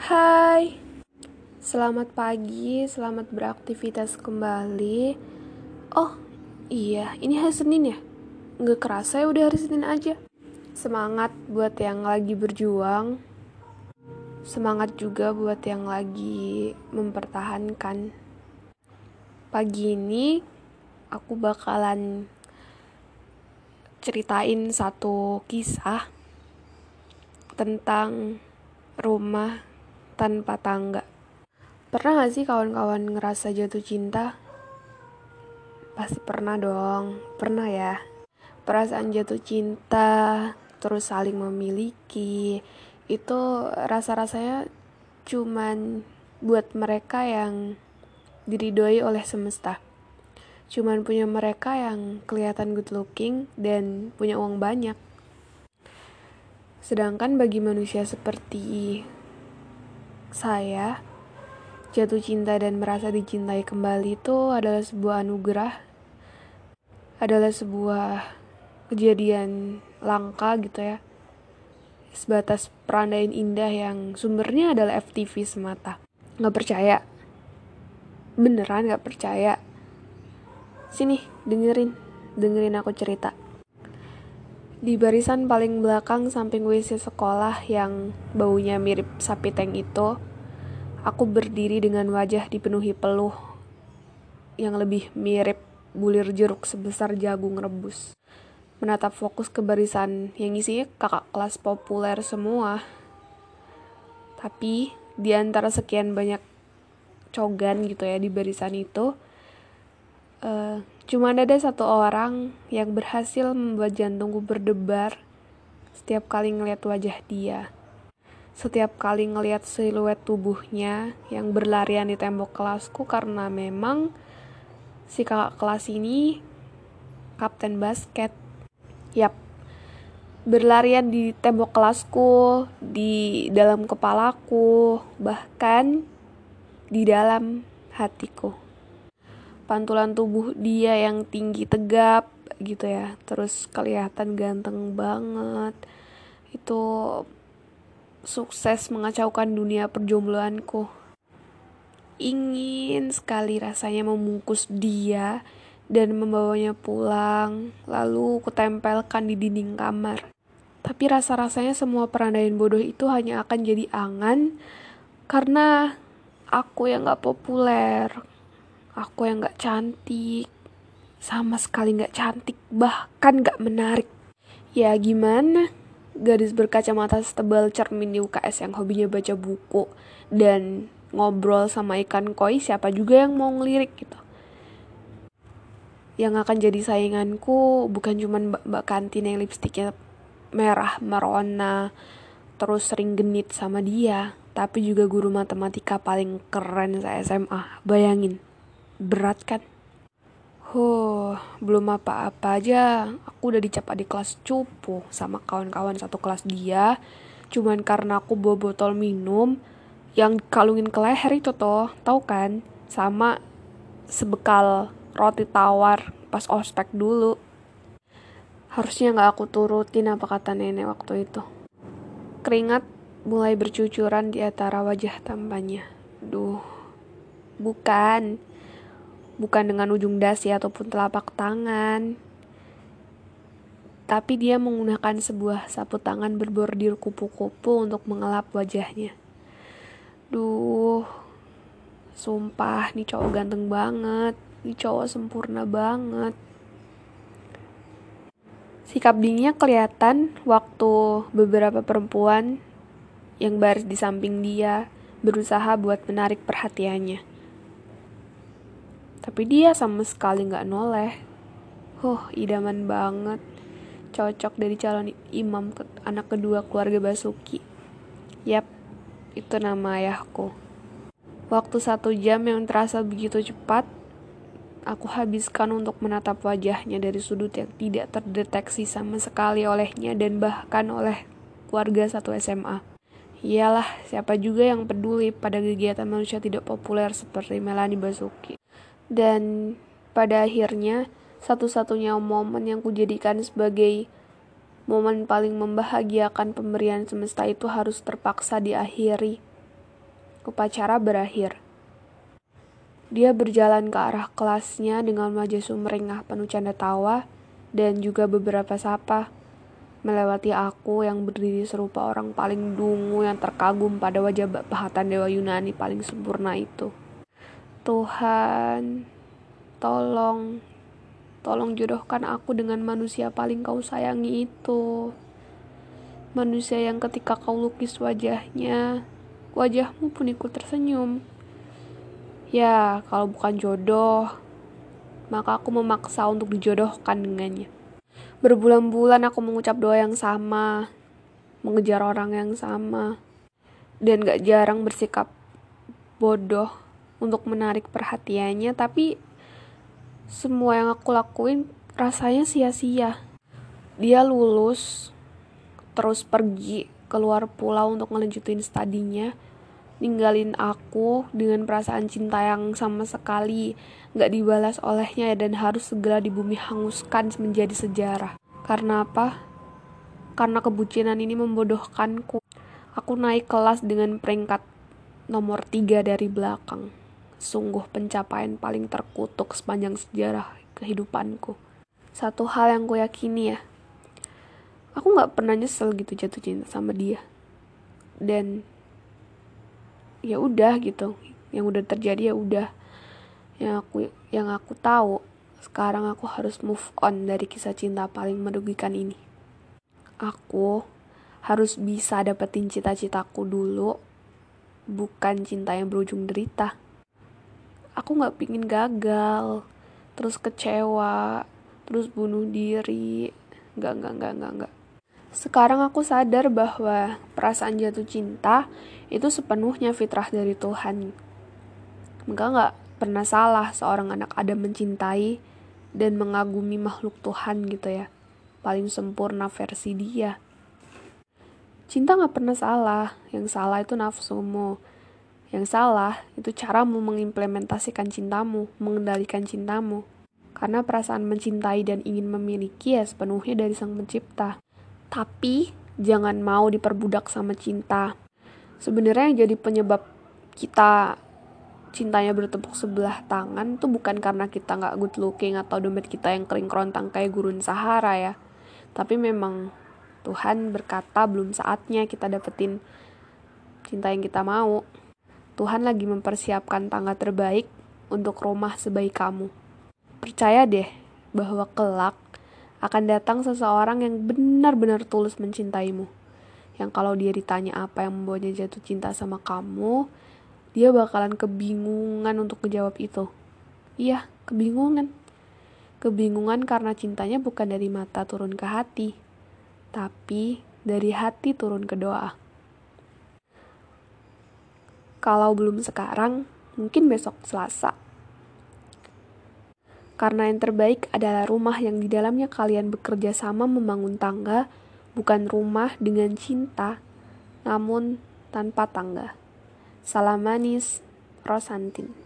Hai, selamat pagi, selamat beraktivitas kembali. Oh iya, ini hari Senin ya? Nggak kerasa ya udah hari Senin aja. Semangat buat yang lagi berjuang. Semangat juga buat yang lagi mempertahankan. Pagi ini aku bakalan ceritain satu kisah tentang rumah tanpa tangga. Pernah gak sih kawan-kawan ngerasa jatuh cinta? Pasti pernah dong, pernah ya. Perasaan jatuh cinta, terus saling memiliki, itu rasa-rasanya cuman buat mereka yang diridhoi oleh semesta. Cuman punya mereka yang kelihatan good looking dan punya uang banyak. Sedangkan bagi manusia seperti saya, jatuh cinta dan merasa dicintai kembali itu adalah sebuah anugerah, adalah sebuah kejadian langka gitu ya. Sebatas perandaian indah yang sumbernya adalah FTV semata. Gak percaya? Beneran gak percaya? Sini, dengerin aku cerita. Di barisan paling belakang samping WC sekolah yang baunya mirip sapi tank itu, aku berdiri dengan wajah dipenuhi peluh yang lebih mirip bulir jeruk sebesar jagung rebus. Menatap fokus ke barisan yang isinya kakak kelas populer semua. Tapi di antara sekian banyak cogan gitu ya di barisan itu, cuma ada satu orang yang berhasil membuat jantungku berdebar setiap kali ngeliat wajah dia. Setiap kali ngeliat siluet tubuhnya yang berlarian di tembok kelasku, karena memang si kakak kelas ini kapten basket. Yap, berlarian di tembok kelasku, di dalam kepalaku, bahkan di dalam hatiku. Pantulan tubuh dia yang tinggi tegap gitu ya, terus kelihatan ganteng banget. Itu sukses mengacaukan dunia perjombloanku. Ingin sekali rasanya membungkus dia dan membawanya pulang, lalu kutempelkan di dinding kamar. Tapi rasa-rasanya semua perandaian bodoh itu hanya akan jadi angan karena aku yang gak populer, aku yang gak cantik, sama sekali gak cantik, bahkan gak menarik. Ya gimana? Gadis berkacamata setebal cermin di UKS yang hobinya baca buku dan ngobrol sama ikan koi, siapa juga yang mau ngelirik gitu. Yang akan jadi sainganku bukan cuma mbak kantin yang lipstiknya merah merona terus sering genit sama dia, tapi juga guru matematika paling keren se-SMA. Bayangin, berat kan? Belum apa-apa aja aku udah dicap adik kelas cupu sama kawan-kawan satu kelas dia, cuman karena aku bawa botol minum yang kalungin ke leher itu tuh, tahu kan? Sama sebekal roti tawar pas ospek dulu. Harusnya gak aku turutin apa kata nenek waktu itu. Keringat mulai bercucuran di antara wajah tampannya. Bukan dengan ujung dasi ataupun telapak tangan. Tapi dia menggunakan sebuah sapu tangan berbordir kupu-kupu untuk mengelap wajahnya. Sumpah, nih cowok ganteng banget. Nih cowok sempurna banget. Sikap dinginnya kelihatan waktu beberapa perempuan yang baris di samping dia berusaha buat menarik perhatiannya. Tapi dia sama sekali gak noleh. Idaman banget. Cocok dari calon imam anak kedua keluarga Basuki. Yap, itu nama ayahku. Waktu 1 jam yang terasa begitu cepat, aku habiskan untuk menatap wajahnya dari sudut yang tidak terdeteksi sama sekali olehnya dan bahkan oleh keluarga satu SMA. Iyalah, siapa juga yang peduli pada kegiatan manusia tidak populer seperti Melanie Basuki. Dan pada akhirnya, satu-satunya momen yang kujadikan sebagai momen paling membahagiakan pemberian semesta itu harus terpaksa diakhiri. Upacara berakhir. Dia berjalan ke arah kelasnya dengan wajah sumringah penuh canda tawa dan juga beberapa sapa. Melewati aku yang berdiri serupa orang paling dungu yang terkagum pada wajah pahatan dewa Yunani paling sempurna itu. Tuhan, tolong jodohkan aku dengan manusia paling kau sayangi itu. Manusia yang ketika kau lukis wajahnya, wajahmu pun ikut tersenyum. Ya, kalau bukan jodoh, maka aku memaksa untuk dijodohkan dengannya. Berbulan-bulan aku mengucap doa yang sama, mengejar orang yang sama, dan gak jarang bersikap bodoh untuk menarik perhatiannya, tapi semua yang aku lakuin rasanya sia-sia. Dia lulus, terus pergi keluar pulau untuk ngelanjutin studinya, ninggalin aku dengan perasaan cinta yang sama sekali gak dibalas olehnya dan harus segera di bumi hanguskan menjadi sejarah. Karena apa? Karena kebucinan ini membodohkanku. Aku naik kelas dengan peringkat nomor 3 dari belakang. Sungguh pencapaian paling terkutuk sepanjang sejarah kehidupanku. Satu hal yang ku yakini ya, aku gak pernah nyesel gitu jatuh cinta sama dia. Dan ya udah gitu, yang udah terjadi ya udah. Yang aku tahu sekarang aku harus move on dari kisah cinta paling merugikan ini. Aku harus bisa dapetin cita-citaku dulu, bukan cinta yang berujung derita. Aku gak pingin gagal, terus kecewa, terus bunuh diri. Enggak. Sekarang aku sadar bahwa perasaan jatuh cinta itu sepenuhnya fitrah dari Tuhan. Maka gak pernah salah seorang anak Adam mencintai dan mengagumi makhluk Tuhan gitu ya. Paling sempurna versi dia. Cinta gak pernah salah, yang salah itu nafsumu. Yang salah itu caramu mengimplementasikan cintamu, mengendalikan cintamu. Karena perasaan mencintai dan ingin memiliki ya sepenuhnya dari Sang Pencipta. Tapi jangan mau diperbudak sama cinta. Sebenarnya yang jadi penyebab kita cintanya bertepuk sebelah tangan tuh bukan karena kita gak good looking atau dompet kita yang kering kerontang kayak gurun Sahara ya. Tapi memang Tuhan berkata belum saatnya kita dapetin cinta yang kita mau. Tuhan lagi mempersiapkan tangga terbaik untuk rumah sebaik kamu. Percaya deh bahwa kelak akan datang seseorang yang benar-benar tulus mencintaimu. Yang kalau dia ditanya apa yang membuatnya jatuh cinta sama kamu, dia bakalan kebingungan untuk menjawab itu. Iya, kebingungan. Kebingungan karena cintanya bukan dari mata turun ke hati, tapi dari hati turun ke doa. Kalau belum sekarang, mungkin besok Selasa. Karena yang terbaik adalah rumah yang di dalamnya kalian bekerja sama membangun tangga, bukan rumah dengan cinta, namun tanpa tangga. Salam manis, Rosantin.